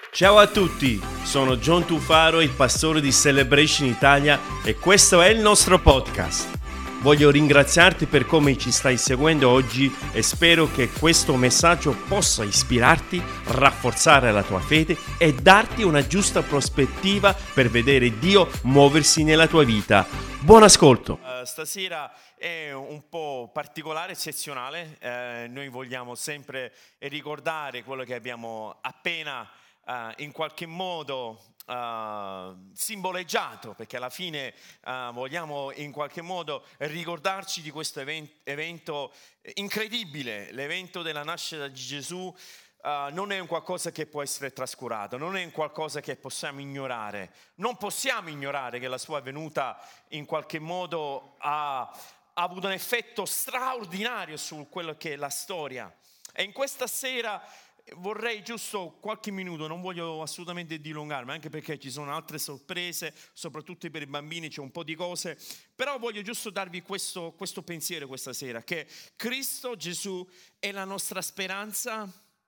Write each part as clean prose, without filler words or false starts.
Ciao a tutti, sono John Tufaro, il pastore di Celebration Italia e questo è il nostro podcast. Voglio ringraziarti per come ci stai seguendo oggi e spero che questo messaggio possa ispirarti, rafforzare la tua fede e darti una giusta prospettiva per vedere Dio muoversi nella tua vita. Buon ascolto! Stasera è un po' particolare, eccezionale. Noi vogliamo sempre ricordare quello che abbiamo appena in qualche modo simboleggiato, perché alla fine vogliamo in qualche modo ricordarci di questo evento incredibile, l'evento della nascita di Gesù. Non è un qualcosa che può essere trascurato, non è un qualcosa che possiamo ignorare. Non possiamo ignorare che la sua venuta in qualche modo ha avuto un effetto straordinario su quello che è la storia. E in questa sera vorrei giusto qualche minuto, non voglio assolutamente dilungarmi, anche perché ci sono altre sorprese, soprattutto per i bambini c'è un po' di cose, però voglio giusto darvi questo pensiero questa sera, che Cristo Gesù è la nostra speranza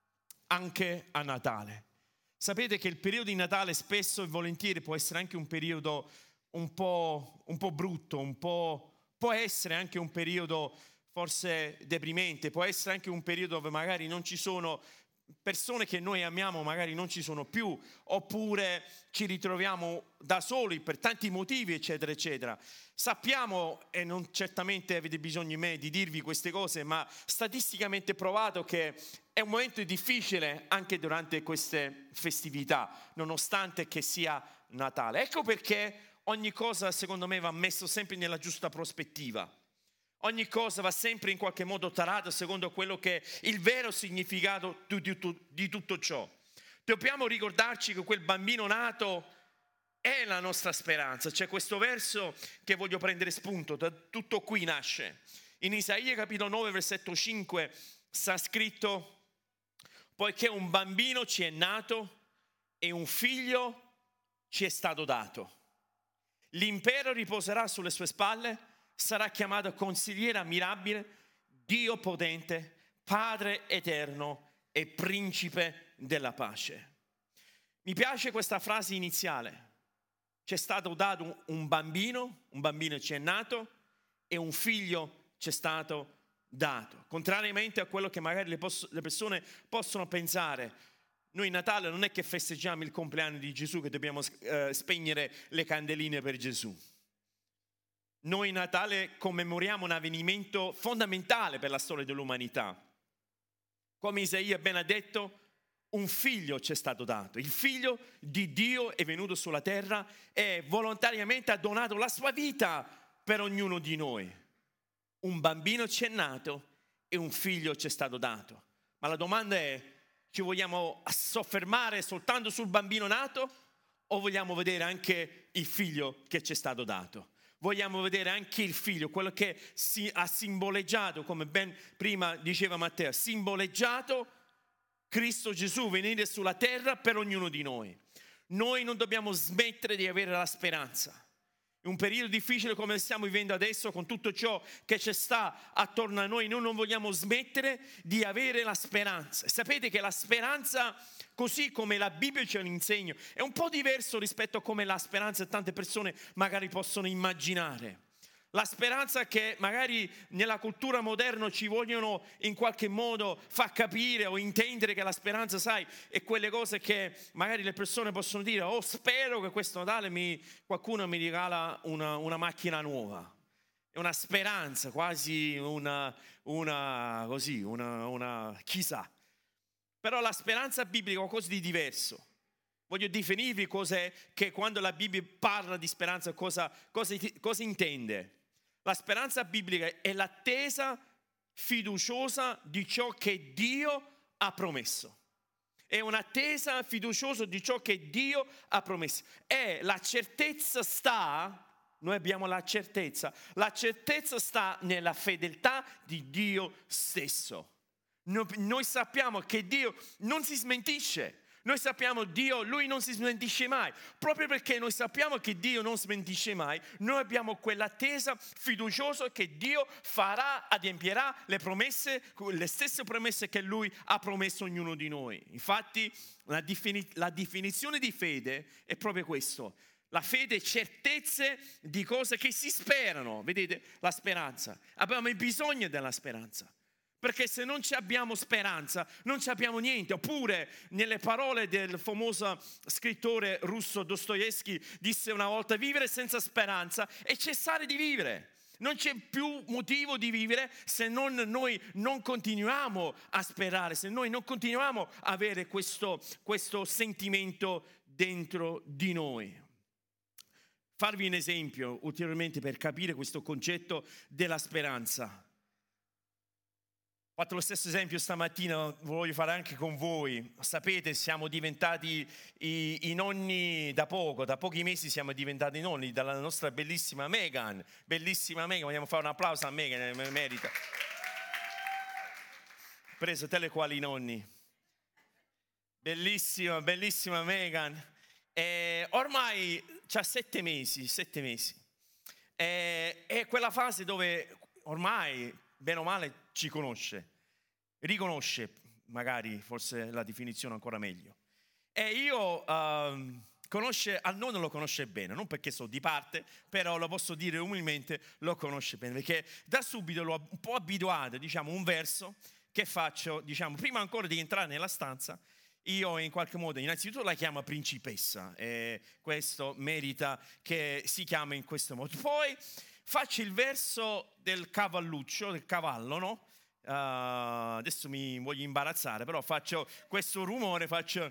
anche a Natale. Sapete che il periodo di Natale spesso e volentieri può essere anche un periodo un po' brutto, può essere anche un periodo forse deprimente, può essere anche un periodo dove magari non ci sono persone che noi amiamo, magari non ci sono più, oppure ci ritroviamo da soli per tanti motivi, eccetera, eccetera. Sappiamo, e non certamente avete bisogno di me di dirvi queste cose, ma statisticamente provato che è un momento difficile anche durante queste festività, nonostante che sia Natale. Ecco perché ogni cosa, secondo me, va messo sempre nella giusta prospettiva. Ogni cosa va sempre in qualche modo tarata secondo quello che è il vero significato di tutto ciò. Dobbiamo ricordarci che quel bambino nato è la nostra speranza. C'è questo verso che voglio prendere spunto, da tutto qui nasce. In Isaia capitolo 9 versetto 5 sta scritto: poiché un bambino ci è nato e un figlio ci è stato dato. L'impero riposerà sulle sue spalle. Sarà chiamato consigliere ammirabile, Dio potente, Padre eterno e principe della pace. Mi piace questa frase iniziale. C'è stato dato un bambino ci è nato e un figlio ci è stato dato. Contrariamente a quello che magari le persone possono pensare, noi Natale non è che festeggiamo il compleanno di Gesù, che dobbiamo spegnere le candeline per Gesù. Noi in Natale commemoriamo un avvenimento fondamentale per la storia dell'umanità. Come Isaia ben ha detto, un figlio ci è stato dato. Il figlio di Dio è venuto sulla terra e volontariamente ha donato la sua vita per ognuno di noi. Un bambino ci è nato e un figlio ci è stato dato. Ma la domanda è: ci vogliamo soffermare soltanto sul bambino nato o vogliamo vedere anche il figlio che ci è stato dato? Vogliamo vedere anche il figlio, quello che ha simboleggiato, come ben prima diceva Matteo, simboleggiato Cristo Gesù venire sulla terra per ognuno di noi. Noi non dobbiamo smettere di avere la speranza. In un periodo difficile come stiamo vivendo adesso, con tutto ciò che ci sta attorno a noi non vogliamo smettere di avere la speranza. Sapete che la speranza, così come la Bibbia ce lo insegna, è un po' diverso rispetto a come la speranza tante persone magari possono immaginare. La speranza che magari nella cultura moderna ci vogliono in qualche modo far capire o intendere che la speranza, sai, è quelle cose che magari le persone possono dire: oh, spero che questo Natale qualcuno mi regala una macchina nuova. È una speranza, quasi una chissà. Però la speranza biblica è qualcosa di diverso. Voglio definirvi cos'è che quando la Bibbia parla di speranza cosa intende. La speranza biblica è l'attesa fiduciosa di ciò che Dio ha promesso. È un'attesa fiduciosa di ciò che Dio ha promesso. E la certezza noi abbiamo la certezza sta nella fedeltà di Dio stesso. Noi sappiamo che Dio non si smentisce. Noi sappiamo Dio, Lui non si smentisce mai. Proprio perché noi sappiamo che Dio non smentisce mai, noi abbiamo quell'attesa fiduciosa che Dio farà, adempierà le promesse, le stesse promesse che Lui ha promesso a ognuno di noi. Infatti la definizione di fede è proprio questo. La fede è certezze di cose che si sperano. Vedete? La speranza. Abbiamo bisogno della speranza. Perché se non ci abbiamo speranza, non ci abbiamo niente. Oppure, nelle parole del famoso scrittore russo Dostoevsky, disse una volta: vivere senza speranza è cessare di vivere. Non c'è più motivo di vivere se noi non continuiamo a sperare, se noi non continuiamo a avere questo sentimento dentro di noi. Farvi un esempio ulteriormente per capire questo concetto della speranza. Ho fatto lo stesso esempio stamattina, lo voglio fare anche con voi. Sapete, siamo diventati i nonni da poco, da pochi mesi siamo diventati nonni dalla nostra bellissima Megan. Bellissima Megan, vogliamo fare un applauso a Megan, merita. Preso te le quali nonni. Bellissima, bellissima Megan. Ormai c'ha 7 mesi. È quella fase dove ormai, bene o male, ci conosce, riconosce, magari forse la definizione ancora meglio. E io conosce, al nonno lo conosce bene, non perché sono di parte, però lo posso dire umilmente, lo conosce bene, perché da subito l'ho un po' abituato, diciamo, un verso che faccio, diciamo, prima ancora di entrare nella stanza. Io in qualche modo innanzitutto la chiamo principessa e questo merita che si chiami in questo modo. Poi faccio il verso del cavalluccio, del cavallo, no? Adesso mi voglio imbarazzare, però faccio questo rumore,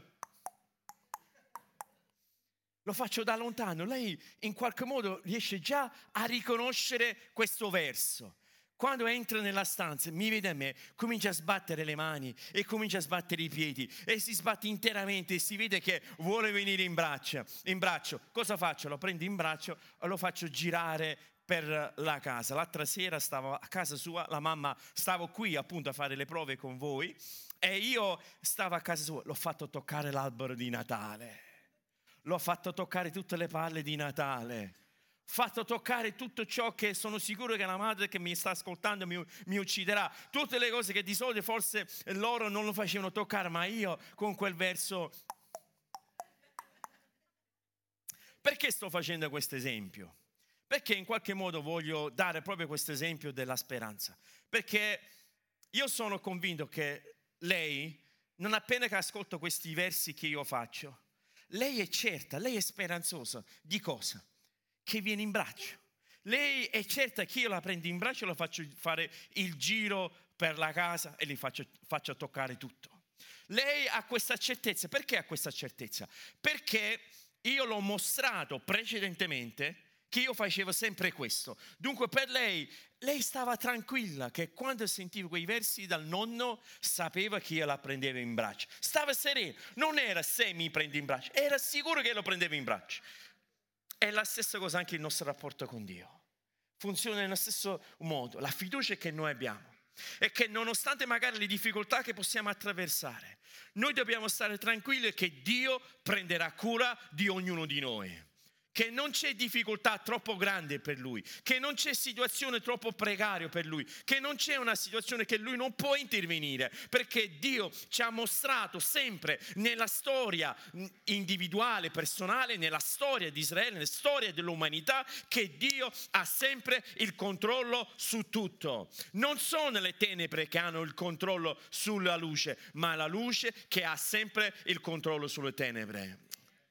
lo faccio da lontano. Lei in qualche modo riesce già a riconoscere questo verso. Quando entra nella stanza, mi vede a me, comincia a sbattere le mani e comincia a sbattere i piedi e si sbatte interamente e si vede che vuole venire in braccio. Cosa faccio? Lo prendo in braccio e lo faccio girare per la casa. L'altra sera stavo a casa sua, la mamma, stavo qui appunto a fare le prove con voi e io stavo a casa sua, l'ho fatto toccare l'albero di Natale, l'ho fatto toccare tutte le palle di Natale, fatto toccare tutto ciò che sono sicuro che la madre che mi sta ascoltando mi ucciderà, tutte le cose che di solito forse loro non lo facevano toccare, ma io con quel verso. Perché sto facendo questo esempio? Perché in qualche modo voglio dare proprio questo esempio della speranza, perché io sono convinto che lei, non appena che ascolta questi versi che io faccio, lei è certa, lei è speranzosa di cosa? Che viene in braccio. Lei è certa che io la prendo in braccio e la faccio fare il giro per la casa e le faccio toccare tutto. Lei ha questa certezza. Perché ha questa certezza? Perché io l'ho mostrato precedentemente che io facevo sempre questo. Dunque per lei stava tranquilla che quando sentiva quei versi dal nonno sapeva che io la prendevo in braccio. Stava serena, non era se mi prendi in braccio, era sicuro che lo prendevo in braccio. È la stessa cosa anche il nostro rapporto con Dio. Funziona nello stesso modo. La fiducia che noi abbiamo è che nonostante magari le difficoltà che possiamo attraversare, noi dobbiamo stare tranquilli che Dio prenderà cura di ognuno di noi. Che non c'è difficoltà troppo grande per Lui, che non c'è situazione troppo precaria per Lui, che non c'è una situazione che Lui non può intervenire, perché Dio ci ha mostrato sempre nella storia individuale, personale, nella storia di Israele, nella storia dell'umanità, che Dio ha sempre il controllo su tutto. Non sono le tenebre che hanno il controllo sulla luce, ma la luce che ha sempre il controllo sulle tenebre.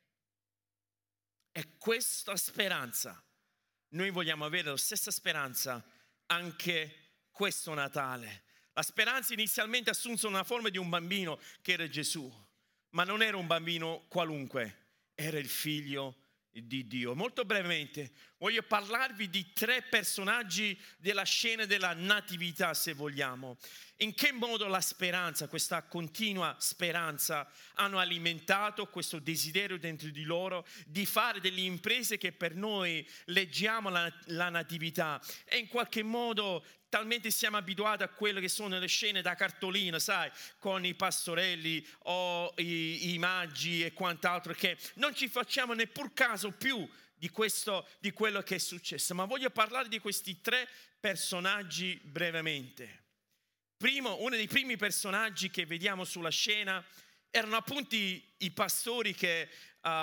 E questa speranza, noi vogliamo avere la stessa speranza anche questo Natale. La speranza inizialmente assunse una forma di un bambino che era Gesù, ma non era un bambino qualunque, era il figlio di Dio. Molto brevemente voglio parlarvi di 3 personaggi della scena della natività, se vogliamo. In che modo la speranza, questa continua speranza, hanno alimentato questo desiderio dentro di loro di fare delle imprese che per noi leggiamo la natività e in qualche modo talmente siamo abituati a quelle che sono le scene da cartolina, sai, con i pastorelli o i magi e quant'altro, che non ci facciamo neppur caso più di quello che è successo. Ma voglio parlare di questi tre personaggi brevemente. Uno dei primi personaggi che vediamo sulla scena erano appunto i pastori che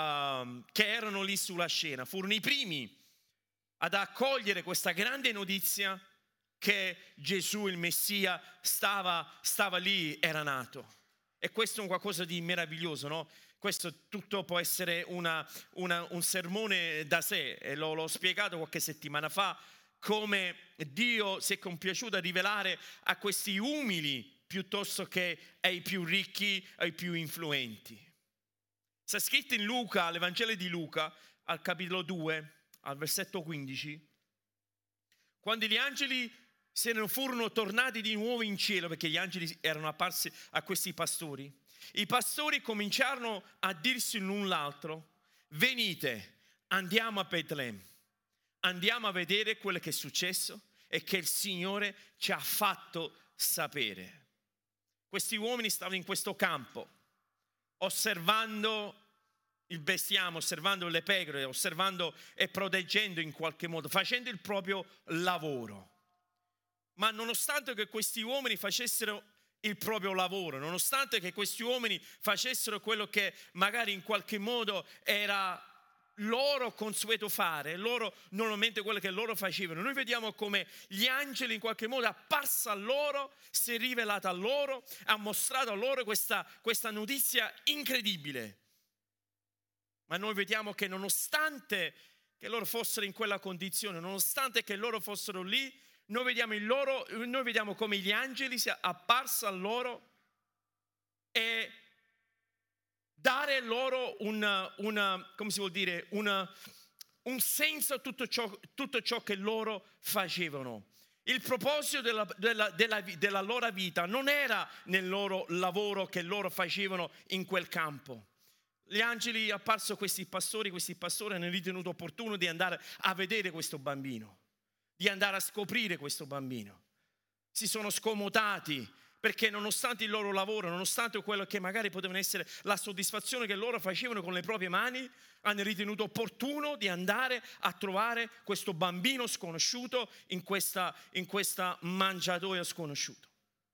erano lì sulla scena. Furono i primi ad accogliere questa grande notizia che Gesù, il Messia, stava lì, era nato. E questo è un qualcosa di meraviglioso, no? Questo tutto può essere un sermone da sé, e l'ho spiegato qualche settimana fa, come Dio si è compiaciuto a rivelare a questi umili piuttosto che ai più ricchi, ai più influenti. Sta scritto in Luca, all'Evangelo di Luca, al capitolo 2, al versetto 15, quando gli angeli furono tornati di nuovo in cielo, perché gli angeli erano apparsi a questi pastori, i pastori cominciarono a dirsi l'un l'altro: venite, andiamo a Betlemme, andiamo a vedere quello che è successo e che il Signore ci ha fatto sapere. Questi uomini stavano in questo campo, osservando il bestiame, osservando le pecore, osservando e proteggendo in qualche modo, facendo il proprio lavoro. Ma nonostante che questi uomini facessero il proprio lavoro, nonostante che questi uomini facessero quello che magari in qualche modo era loro consueto fare, loro normalmente quello che loro facevano, noi vediamo come gli angeli in qualche modo apparsa a loro, si è rivelata a loro, ha mostrato a loro questa notizia incredibile. Ma noi vediamo che nonostante che loro fossero in quella condizione, nonostante che loro fossero lì, noi vediamo come gli angeli si è apparsa a loro e dare loro come si vuol dire, un senso a tutto ciò che loro facevano. Il proposito della loro vita non era nel loro lavoro che loro facevano in quel campo. Gli angeli apparso a questi pastori hanno ritenuto opportuno di andare a vedere questo bambino, di andare a scoprire questo bambino. Si sono scomodati perché nonostante il loro lavoro, nonostante quello che magari potevano essere la soddisfazione che loro facevano con le proprie mani, hanno ritenuto opportuno di andare a trovare questo bambino sconosciuto in questa mangiatoia sconosciuto.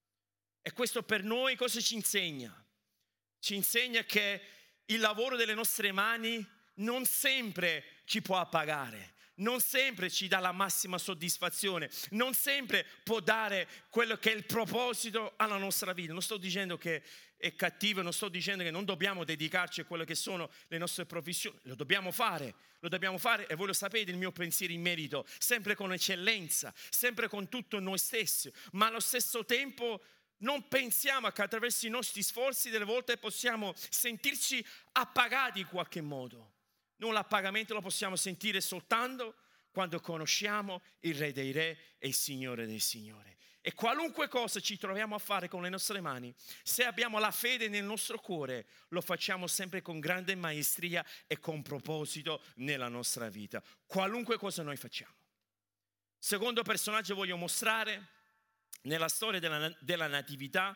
E questo per noi cosa ci insegna? Ci insegna che il lavoro delle nostre mani non sempre ci può appagare, non sempre ci dà la massima soddisfazione, non sempre può dare quello che è il proposito alla nostra vita. Non sto dicendo che è cattivo, non sto dicendo che non dobbiamo dedicarci a quelle che sono le nostre professioni, lo dobbiamo fare e voi lo sapete il mio pensiero in merito, sempre con eccellenza, sempre con tutto noi stessi, ma allo stesso tempo non pensiamo che attraverso i nostri sforzi delle volte possiamo sentirci appagati in qualche modo. Noi l'appagamento lo possiamo sentire soltanto quando conosciamo il Re dei Re e il Signore dei Signori. E qualunque cosa ci troviamo a fare con le nostre mani, se abbiamo la fede nel nostro cuore, lo facciamo sempre con grande maestria e con proposito nella nostra vita. Qualunque cosa noi facciamo. Secondo personaggio voglio mostrare nella storia della natività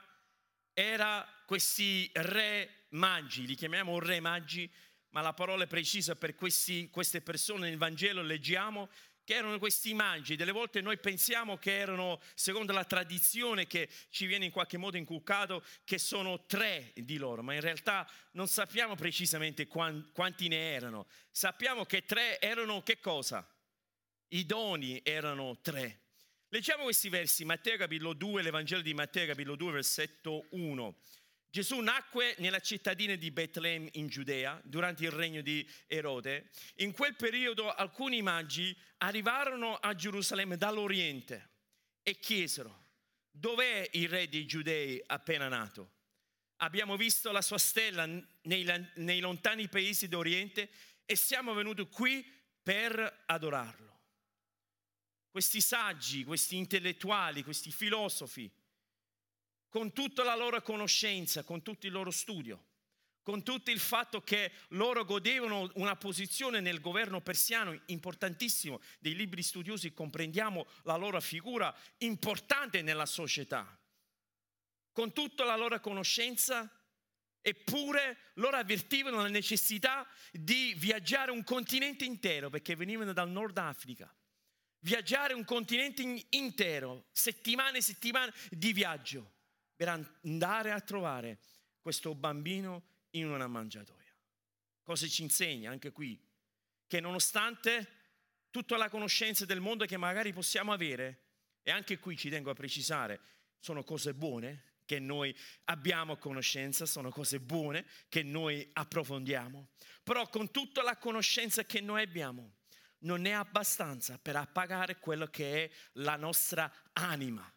era questi re magi, li chiamiamo re magi, ma la parola è precisa per queste persone nel Vangelo leggiamo che erano questi magi. Delle volte noi pensiamo che erano, secondo la tradizione che ci viene in qualche modo inculcato, che sono 3 di loro, ma in realtà non sappiamo precisamente quanti ne erano. Sappiamo che 3 erano che cosa? I doni erano 3. Leggiamo questi versi, Matteo capitolo 2, l'Evangelo di Matteo capitolo 2, versetto 1. Gesù nacque nella cittadina di Betlemme in Giudea durante il regno di Erode. In quel periodo alcuni magi arrivarono a Gerusalemme dall'Oriente e chiesero: dov'è il re dei Giudei appena nato? Abbiamo visto la sua stella nei lontani paesi d'Oriente e siamo venuti qui per adorarlo. Questi saggi, questi intellettuali, questi filosofi, con tutta la loro conoscenza, con tutto il loro studio, con tutto il fatto che loro godevano una posizione nel governo persiano importantissimo. Dei libri studiosi comprendiamo la loro figura importante nella società. Con tutta la loro conoscenza, eppure loro avvertivano la necessità di viaggiare un continente intero, perché venivano dal Nord Africa. Viaggiare un continente intero, settimane e settimane di viaggio, per andare a trovare questo bambino in una mangiatoia. Cosa ci insegna anche qui? Che nonostante tutta la conoscenza del mondo che magari possiamo avere, e anche qui ci tengo a precisare, sono cose buone che noi abbiamo conoscenza, sono cose buone che noi approfondiamo, però con tutta la conoscenza che noi abbiamo non è abbastanza per appagare quello che è la nostra anima.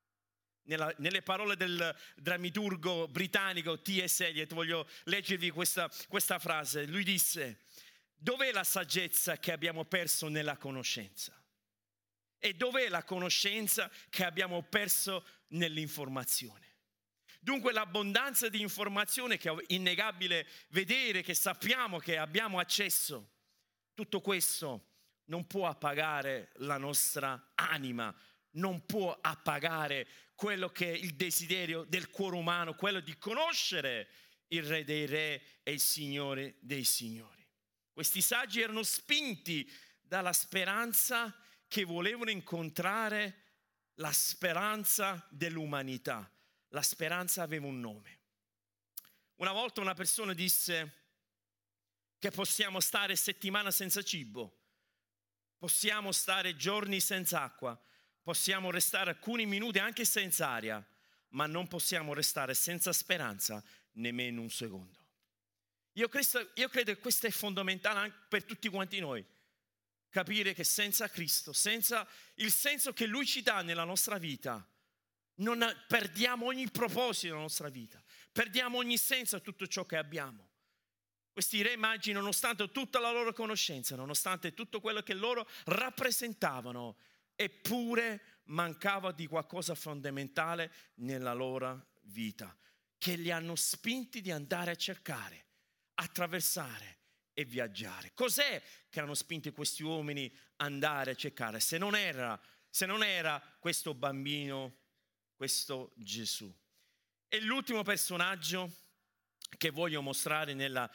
Nelle parole del drammaturgo britannico T.S. Eliot voglio leggervi questa frase. Lui disse: dov'è la saggezza che abbiamo perso nella conoscenza? E dov'è la conoscenza che abbiamo perso nell'informazione? Dunque l'abbondanza di informazione che è innegabile vedere, che sappiamo che abbiamo accesso, tutto questo non può appagare la nostra anima, non può appagare quello che è il desiderio del cuore umano, quello di conoscere il Re dei Re e il Signore dei Signori. Questi saggi erano spinti dalla speranza che volevano incontrare la speranza dell'umanità. La speranza aveva un nome. Una volta una persona disse che possiamo stare settimane senza cibo, possiamo stare giorni senza acqua, possiamo restare alcuni minuti anche senza aria, ma non possiamo restare senza speranza nemmeno un secondo. Io credo che questo è fondamentale anche per tutti quanti noi. Capire che senza Cristo, senza il senso che Lui ci dà nella nostra vita, perdiamo ogni proposito nella nostra vita, perdiamo ogni senso a tutto ciò che abbiamo. Questi re magi, nonostante tutta la loro conoscenza, nonostante tutto quello che loro rappresentavano, eppure mancava di qualcosa fondamentale nella loro vita, che li hanno spinti di andare a cercare, attraversare e viaggiare. Cos'è che hanno spinto questi uomini ad andare a cercare? Se non era questo bambino, questo Gesù. E l'ultimo personaggio che voglio mostrare nella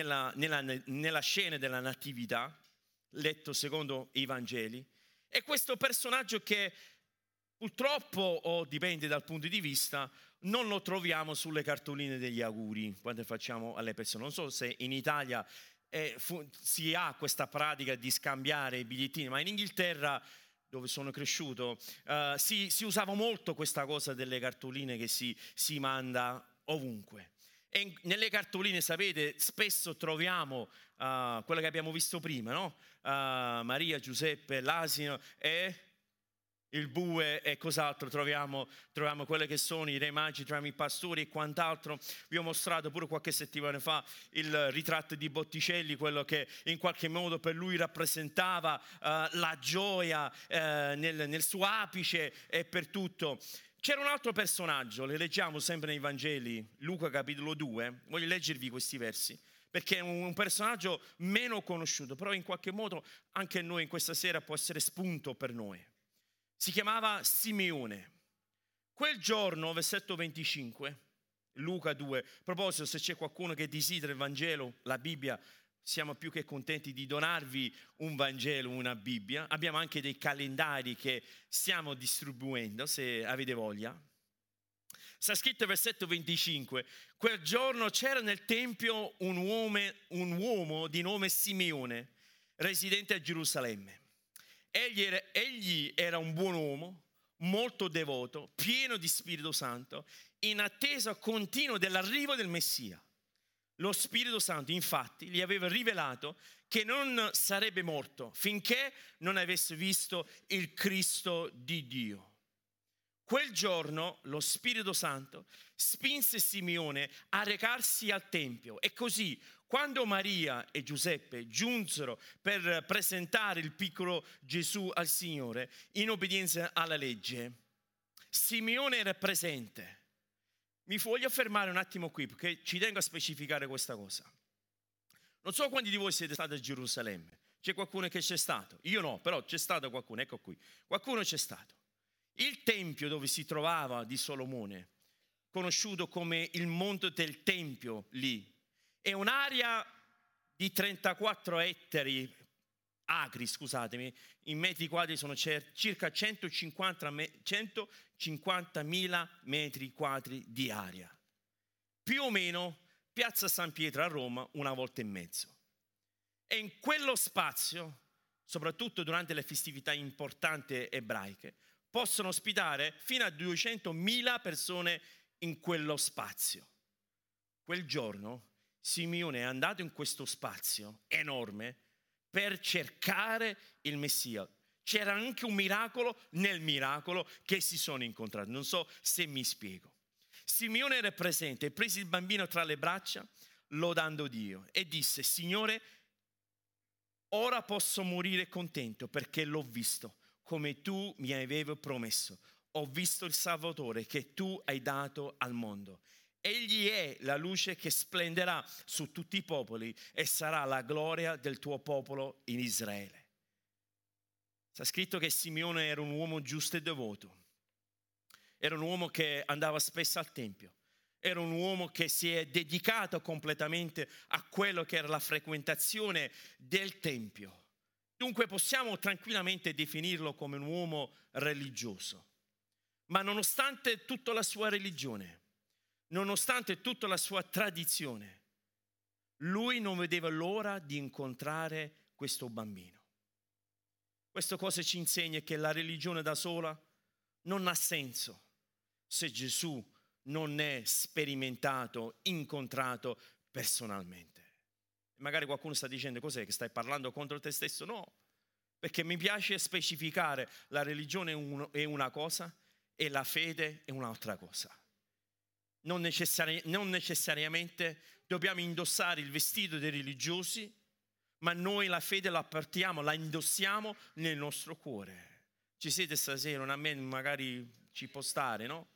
scena della natività, letto secondo i Vangeli, è questo personaggio che purtroppo, o dipende dal punto di vista, non lo troviamo sulle cartoline degli auguri quando facciamo alle persone. Non so se in Italia si ha questa pratica di scambiare i bigliettini, ma in Inghilterra, dove sono cresciuto, si usava molto questa cosa delle cartoline che si manda ovunque. E nelle cartoline, sapete, spesso troviamo quello che abbiamo visto prima, no? Maria, Giuseppe, l'asino e il bue e cos'altro. Troviamo quelle che sono i re magi, troviamo i pastori e quant'altro. Vi ho mostrato pure qualche settimana fa il ritratto di Botticelli, quello che in qualche modo per lui rappresentava la gioia nel suo apice e per tutto. C'era un altro personaggio, le leggiamo sempre nei Vangeli, Luca capitolo 2, voglio leggervi questi versi, perché è un personaggio meno conosciuto, però in qualche modo anche noi in questa sera può essere spunto per noi. Si chiamava Simeone. Quel giorno, versetto 25, Luca 2, a proposito, se c'è qualcuno che desidera il Vangelo, la Bibbia, siamo più che contenti di donarvi un Vangelo, una Bibbia. Abbiamo anche dei calendari che stiamo distribuendo, se avete voglia. Sta scritto versetto 25. Quel giorno c'era nel Tempio un uomo di nome Simeone, residente a Gerusalemme. Egli era un buon uomo, molto devoto, pieno di Spirito Santo, in attesa continua dell'arrivo del Messia. Lo Spirito Santo, infatti, gli aveva rivelato che non sarebbe morto finché non avesse visto il Cristo di Dio. Quel giorno lo Spirito Santo spinse Simeone a recarsi al Tempio e così, quando Maria e Giuseppe giunsero per presentare il piccolo Gesù al Signore in obbedienza alla legge, Simeone era presente. Mi voglio fermare un attimo qui perché ci tengo a specificare questa cosa. Non so quanti di voi siete stati a Gerusalemme. C'è qualcuno che c'è stato? Io no, però c'è stato qualcuno, ecco qui. Qualcuno c'è stato. Il tempio dove si trovava di Solomone, conosciuto come il monte del Tempio lì, è un'area di 34 ettari acri, scusatemi, in metri quadri sono circa 150.000 metri quadri di area. Più o meno Piazza San Pietro a Roma una volta e mezzo. E in quello spazio, soprattutto durante le festività importanti ebraiche, possono ospitare fino a 200.000 persone in quello spazio. Quel giorno Simeone è andato in questo spazio enorme per cercare il Messia. C'era anche un miracolo nel miracolo che si sono incontrati. Non so se mi spiego. Simeone era presente, prese il bambino tra le braccia, lodando Dio, e disse: Signore, ora posso morire contento perché l'ho visto, come tu mi avevi promesso. Ho visto il Salvatore che tu hai dato al mondo. Egli è la luce che splenderà su tutti i popoli e sarà la gloria del tuo popolo in Israele. Sta scritto che Simeone era un uomo giusto e devoto. Era un uomo che andava spesso al Tempio. Era un uomo che si è dedicato completamente a quello che era la frequentazione del Tempio. Dunque possiamo tranquillamente definirlo come un uomo religioso. Ma nonostante tutta la sua religione, nonostante tutta la sua tradizione, lui non vedeva l'ora di incontrare questo bambino. Questa cosa ci insegna che la religione da sola non ha senso se Gesù non è sperimentato, incontrato personalmente. Magari qualcuno sta dicendo: cos'è che stai parlando contro te stesso? No, perché mi piace specificare: la religione è una cosa e la fede è un'altra cosa. Non necessariamente dobbiamo indossare il vestito dei religiosi, ma noi la fede la portiamo, la indossiamo nel nostro cuore. Ci siete stasera? Un amen magari ci può stare, no?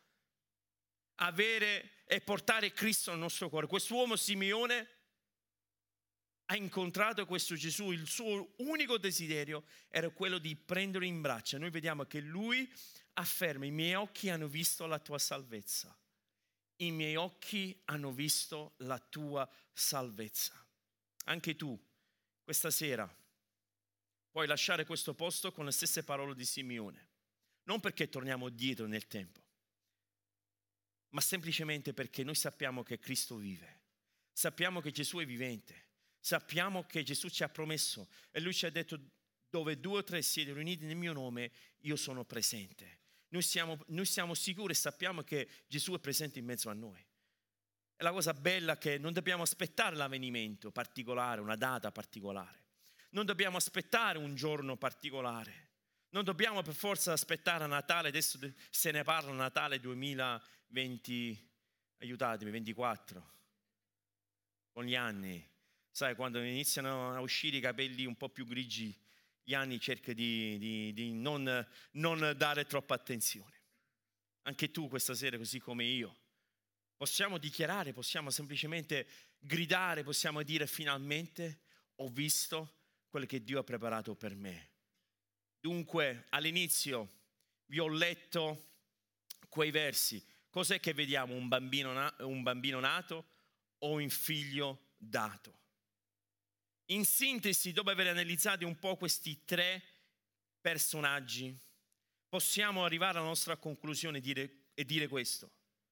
Avere e portare Cristo nel nostro cuore. Quest'uomo Simeone ha incontrato questo Gesù, il suo unico desiderio era quello di prenderlo in braccio. Noi vediamo che lui afferma: i miei occhi hanno visto la tua salvezza. I miei occhi hanno visto la tua salvezza. Anche tu, questa sera, puoi lasciare questo posto con le stesse parole di Simeone. Non perché torniamo dietro nel tempo, ma semplicemente perché noi sappiamo che Cristo vive. Sappiamo che Gesù è vivente. Sappiamo che Gesù ci ha promesso e lui ci ha detto: dove 2 o 3 siete riuniti nel mio nome, io sono presente. Noi siamo sicuri e sappiamo che Gesù è presente in mezzo a noi. È la cosa bella che non dobbiamo aspettare l'avvenimento particolare, una data particolare. Non dobbiamo aspettare un giorno particolare. Non dobbiamo per forza aspettare a Natale. Adesso se ne parla, Natale 2020, aiutatemi, 24, con gli anni. Sai, quando iniziano a uscire i capelli un po' più grigi, gli anni cerca di non dare troppa attenzione. Anche tu questa sera, così come io, possiamo dichiarare, possiamo semplicemente gridare, possiamo dire: finalmente ho visto quello che Dio ha preparato per me. Dunque, all'inizio vi ho letto quei versi. Cos'è che vediamo? Un bambino nato o un figlio dato? In sintesi, dopo aver analizzato un po' questi 3 personaggi, possiamo arrivare alla nostra conclusione e dire questo: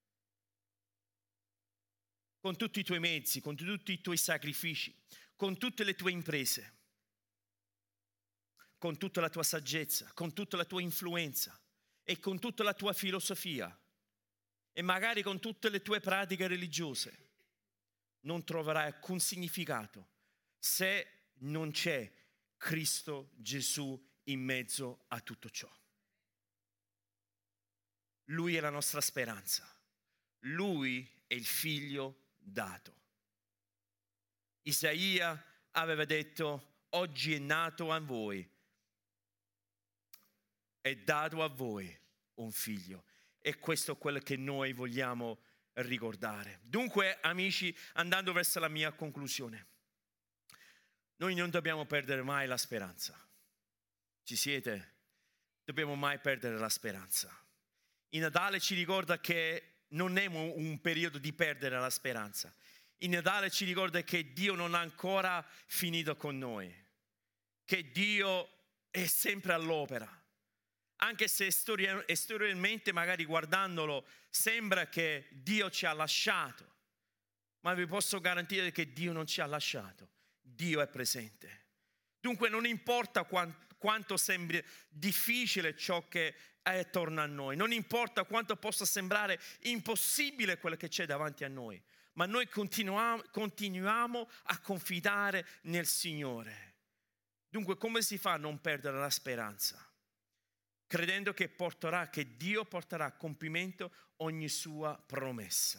con tutti i tuoi mezzi, con tutti i tuoi sacrifici, con tutte le tue imprese, con tutta la tua saggezza, con tutta la tua influenza e con tutta la tua filosofia e magari con tutte le tue pratiche religiose, non troverai alcun significato se non c'è Cristo Gesù in mezzo a tutto ciò. Lui è la nostra speranza. Lui è il figlio dato. Isaia aveva detto: oggi è nato a voi, è dato a voi un figlio. E questo è quello che noi vogliamo ricordare. Dunque, amici, andando verso la mia conclusione, noi non dobbiamo perdere mai la speranza. Ci siete? Dobbiamo mai perdere la speranza. Il Natale ci ricorda che non è un periodo di perdere la speranza. Il Natale ci ricorda che Dio non ha ancora finito con noi, che Dio è sempre all'opera. Anche se esteriormente, magari guardandolo, sembra che Dio ci ha lasciato, ma vi posso garantire che Dio non ci ha lasciato. Dio è presente. Dunque non importa quanto sembri difficile ciò che è attorno a noi, non importa quanto possa sembrare impossibile quello che c'è davanti a noi, ma noi continuiamo a confidare nel Signore. Dunque come si fa a non perdere la speranza? Credendo che Dio porterà a compimento ogni sua promessa.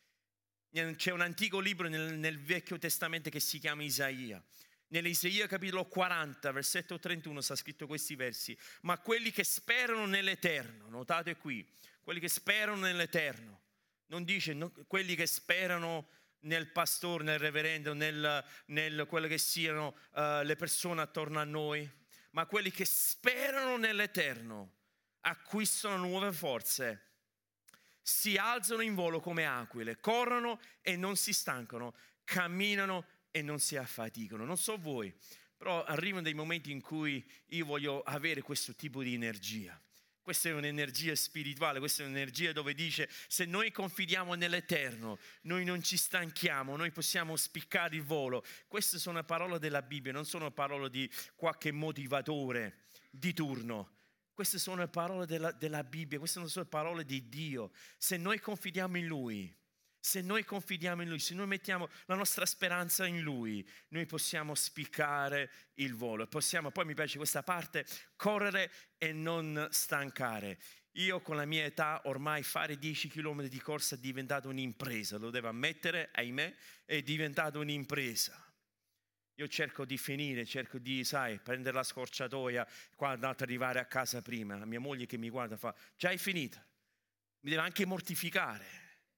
C'è un antico libro nel Vecchio Testamento che si chiama Isaia. Nell'Isaia capitolo 40, versetto 31 sta scritto questi versi. Ma quelli che sperano nell'Eterno, notate qui, quelli che sperano nell'Eterno, non dice quelli che sperano nel pastore, nel reverendo, nel quello che siano le persone attorno a noi, ma quelli che sperano nell'Eterno acquistano nuove forze. Si alzano in volo come aquile, corrono e non si stancano, camminano e non si affaticano. Non so voi, però arrivano dei momenti in cui io voglio avere questo tipo di energia. Questa è un'energia spirituale, questa è un'energia dove dice se noi confidiamo nell'Eterno, noi non ci stanchiamo, noi possiamo spiccare il volo. Queste sono parole della Bibbia, non sono parole di qualche motivatore di turno. Queste sono le parole della Bibbia, queste sono le parole di Dio. Se noi confidiamo in Lui, se noi mettiamo la nostra speranza in Lui, noi possiamo spiccare il volo. Poi mi piace questa parte, correre e non stancare. Io con la mia età ormai fare 10 km di corsa è diventato un'impresa, lo devo ammettere, ahimè, è diventato un'impresa. Io cerco di finire, prendere la scorciatoia quando arrivare a casa prima. Mia moglie che mi guarda fa, già hai finito? Mi deve anche mortificare.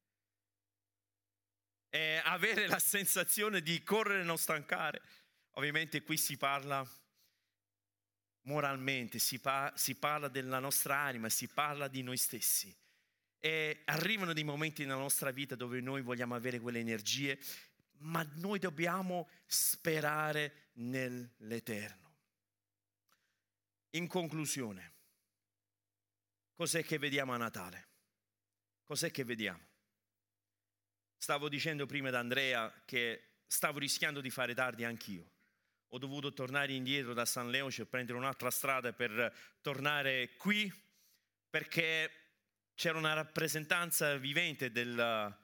E avere la sensazione di correre e non stancare. Ovviamente qui si parla moralmente, si parla della nostra anima, si parla di noi stessi. E arrivano dei momenti nella nostra vita dove noi vogliamo avere quelle energie, ma noi dobbiamo sperare nell'Eterno. In conclusione, cos'è che vediamo a Natale? Cos'è che vediamo? Stavo dicendo prima ad Andrea che stavo rischiando di fare tardi anch'io. Ho dovuto tornare indietro da San Leoce e prendere un'altra strada per tornare qui perché c'era una rappresentanza vivente della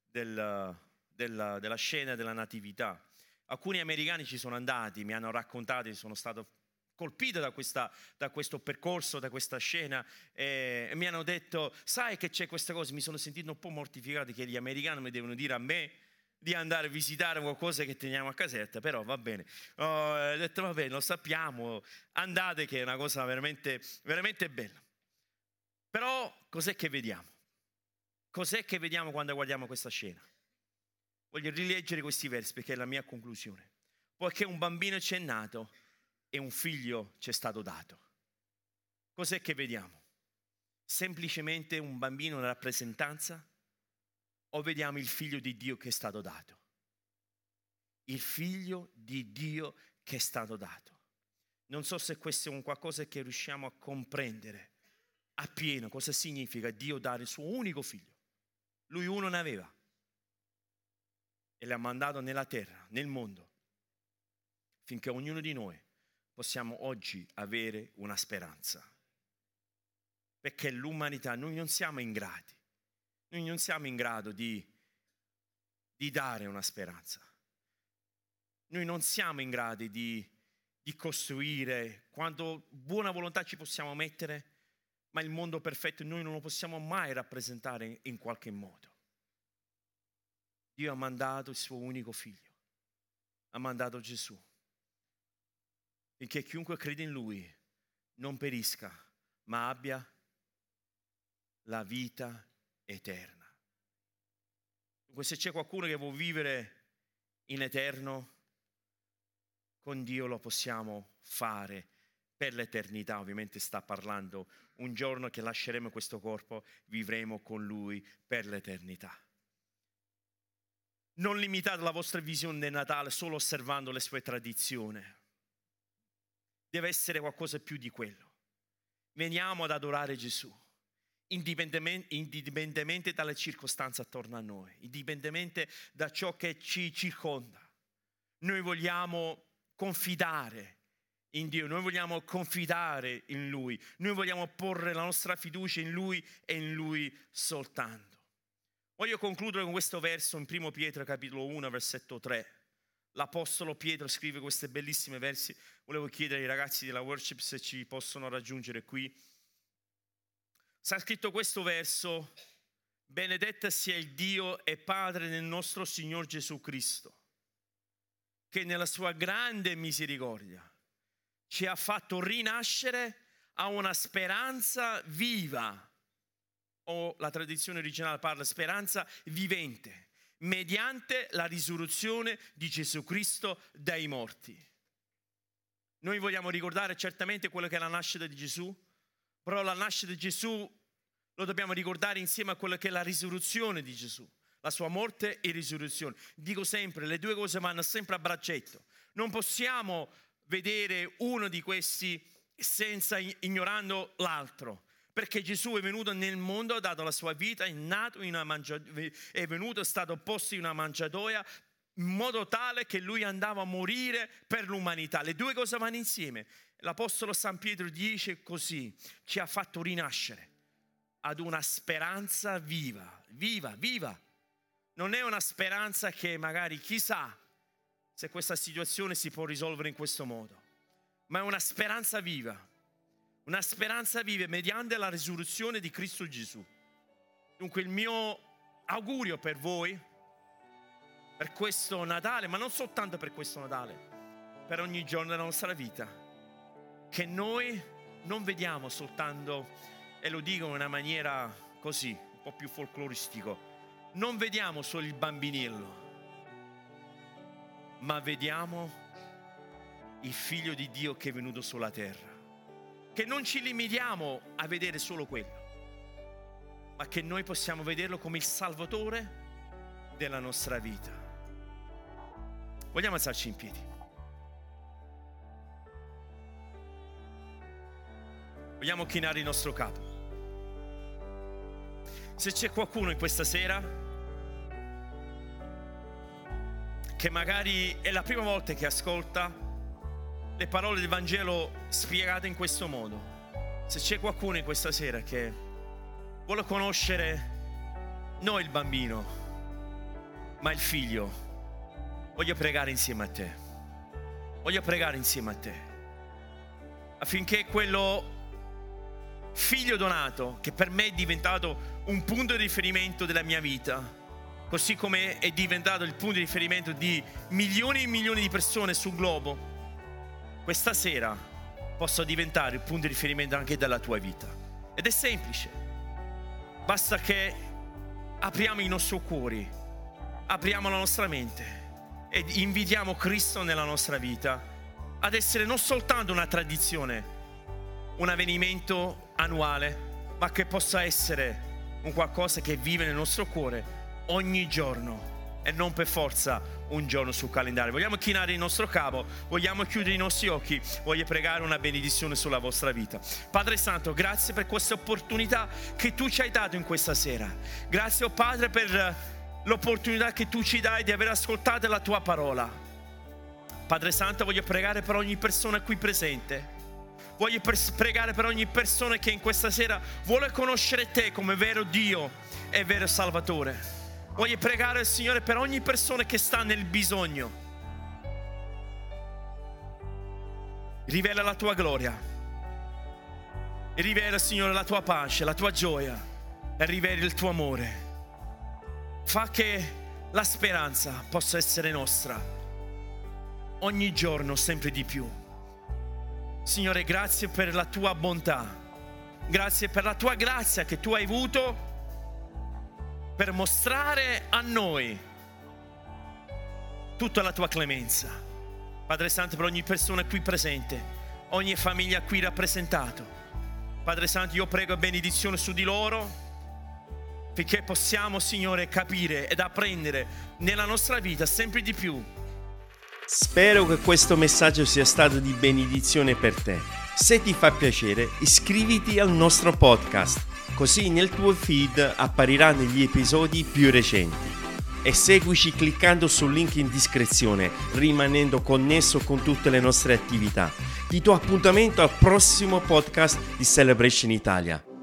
scena della natività. Alcuni americani ci sono andati, mi hanno raccontato, sono stato colpito da questo percorso, da questa scena e mi hanno detto, sai che c'è questa cosa, mi sono sentito un po' mortificato che gli americani mi devono dire a me di andare a visitare qualcosa che teniamo a casetta, però va bene. Ho detto va bene, lo sappiamo, andate che è una cosa veramente, veramente bella. Però cos'è che vediamo? Cos'è che vediamo quando guardiamo questa scena? Voglio rileggere questi versi perché è la mia conclusione. Poiché un bambino ci è nato e un figlio ci è stato dato. Cos'è che vediamo? Semplicemente un bambino in rappresentanza o vediamo il figlio di Dio che è stato dato? Il figlio di Dio che è stato dato. Non so se questo è un qualcosa che riusciamo a comprendere appieno cosa significa Dio dare il suo unico figlio. Lui uno ne aveva e l'ha mandato nella terra, nel mondo, finché ognuno di noi possiamo oggi avere una speranza. Perché l'umanità, noi non siamo ingrati, noi non siamo in grado di dare una speranza. Noi non siamo in grado di costruire quanto buona volontà ci possiamo mettere, ma il mondo perfetto noi non lo possiamo mai rappresentare in qualche modo. Dio ha mandato il suo unico figlio, ha mandato Gesù, finché chiunque crede in Lui non perisca, ma abbia la vita eterna. Se c'è qualcuno che vuole vivere in eterno, con Dio lo possiamo fare per l'eternità. Ovviamente sta parlando un giorno che lasceremo questo corpo, vivremo con Lui per l'eternità. Non limitate la vostra visione del Natale solo osservando le sue tradizioni. Deve essere qualcosa più di quello. Veniamo ad adorare Gesù, indipendentemente dalle circostanze attorno a noi, indipendentemente da ciò che ci circonda. Noi vogliamo confidare in Dio, noi vogliamo confidare in Lui, noi vogliamo porre la nostra fiducia in Lui e in Lui soltanto. Voglio concludere con questo verso in 1 Pietro capitolo 1 versetto 3. L'Apostolo Pietro scrive questi bellissimi versi. Volevo chiedere ai ragazzi della worship se ci possono raggiungere qui. Sta scritto questo verso: benedetto sia il Dio e Padre del nostro Signor Gesù Cristo, che nella sua grande misericordia ci ha fatto rinascere a una speranza viva, o la tradizione originale parla speranza vivente, mediante la risurrezione di Gesù Cristo dai morti. Noi vogliamo ricordare certamente quello che è la nascita di Gesù, però la nascita di Gesù lo dobbiamo ricordare insieme a quello che è la risurrezione di Gesù, la sua morte e risurrezione. Dico sempre, le due cose vanno sempre a braccetto. Non possiamo vedere uno di questi senza ignorando l'altro. Perché Gesù è venuto nel mondo, ha dato la sua vita, è nato in una mangiatoia, è venuto, è stato posto in una mangiatoia, in modo tale che lui andava a morire per l'umanità. Le due cose vanno insieme. L'Apostolo San Pietro dice così: ci ha fatto rinascere ad una speranza viva, viva, viva. Non è una speranza che magari chissà se questa situazione si può risolvere in questo modo, ma è una speranza viva. Una speranza viva mediante la risurrezione di Cristo Gesù. Dunque il mio augurio per voi, per questo Natale, ma non soltanto per questo Natale, per ogni giorno della nostra vita, che noi non vediamo soltanto, e lo dico in una maniera così, un po' più folcloristico, non vediamo solo il bambinello, ma vediamo il Figlio di Dio che è venuto sulla terra. Che non ci limitiamo a vedere solo quello, ma che noi possiamo vederlo come il Salvatore della nostra vita. Vogliamo alzarci in piedi. Vogliamo chinare il nostro capo. Se c'è qualcuno in questa sera che magari è la prima volta che ascolta le parole del Vangelo spiegate in questo modo, se c'è qualcuno in questa sera che vuole conoscere non il bambino ma il figlio, voglio pregare insieme a te. Voglio pregare insieme a te affinché quello figlio donato, che per me è diventato un punto di riferimento della mia vita, così come è diventato il punto di riferimento di milioni e milioni di persone sul globo, questa sera possa diventare il punto di riferimento anche della tua vita. Ed è semplice. Basta che apriamo i nostri cuori, apriamo la nostra mente e invitiamo Cristo nella nostra vita ad essere non soltanto una tradizione, un avvenimento annuale, ma che possa essere un qualcosa che vive nel nostro cuore ogni giorno e non per forza un giorno sul calendario. Vogliamo chinare il nostro capo, vogliamo chiudere i nostri occhi, voglio pregare una benedizione sulla vostra vita. Padre Santo, grazie per questa opportunità che tu ci hai dato in questa sera. Grazie, oh Padre, per l'opportunità che tu ci dai di aver ascoltato la tua parola. Padre Santo, voglio pregare per ogni persona qui presente. Voglio pregare per ogni persona che in questa sera vuole conoscere te come vero Dio e vero Salvatore. Voglio pregare, Signore, per ogni persona che sta nel bisogno. Rivela la tua gloria. Rivela, Signore, la tua pace, la tua gioia. E rivela il tuo amore. Fa che la speranza possa essere nostra ogni giorno, sempre di più. Signore, grazie per la tua bontà. Grazie per la tua grazia che tu hai avuto per mostrare a noi tutta la tua clemenza. Padre Santo, per ogni persona qui presente, ogni famiglia qui rappresentata, Padre Santo, io prego benedizione su di loro, perché possiamo, Signore, capire ed apprendere nella nostra vita sempre di più. Spero che questo messaggio sia stato di benedizione per te. Se ti fa piacere, iscriviti al nostro podcast, così nel tuo feed appariranno gli episodi più recenti. E seguici cliccando sul link in descrizione, rimanendo connesso con tutte le nostre attività. Ti do appuntamento al prossimo podcast di Celebration Italia.